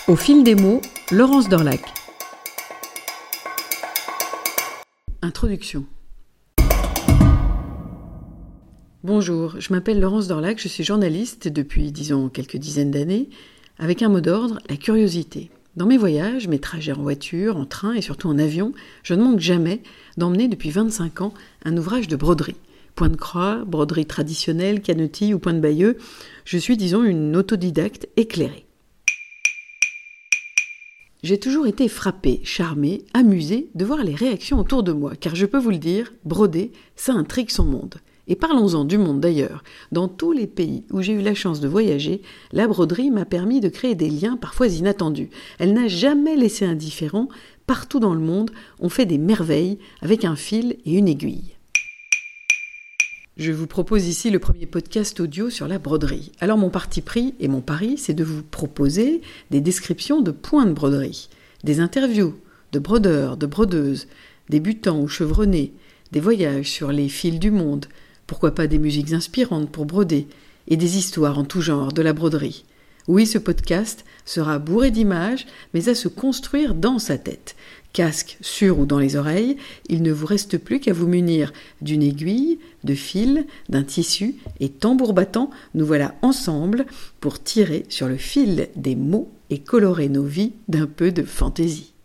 Au fil des mots, Laurence Dorlac. Introduction. Bonjour, je m'appelle Laurence Dorlac, je suis journaliste depuis, quelques dizaines d'années, avec un mot d'ordre, la curiosité. Dans mes voyages, mes trajets en voiture, en train et surtout en avion, je ne manque jamais d'emmener depuis 25 ans un ouvrage de broderie. Point de croix, broderie traditionnelle, canotille ou point de Bayeux, je suis, une autodidacte éclairée. J'ai toujours été frappée, charmée, amusée de voir les réactions autour de moi, car je peux vous le dire, broder, ça intrigue son monde. Et parlons-en du monde d'ailleurs. Dans tous les pays où j'ai eu la chance de voyager, la broderie m'a permis de créer des liens parfois inattendus. Elle n'a jamais laissé indifférent. Partout dans le monde, on fait des merveilles avec un fil et une aiguille. Je vous propose ici le premier podcast audio sur la broderie. Alors mon parti pris et mon pari, c'est de vous proposer des descriptions de points de broderie, des interviews de brodeurs, de brodeuses, débutants ou chevronnés, des voyages sur les fils du monde, pourquoi pas des musiques inspirantes pour broder, et des histoires en tout genre de la broderie. Oui, ce podcast sera bourré d'images, mais à se construire dans sa tête. Casque sur ou dans les oreilles, il ne vous reste plus qu'à vous munir d'une aiguille, de fil, d'un tissu et tambour battant, nous voilà ensemble pour tirer sur le fil des mots et colorer nos vies d'un peu de fantaisie.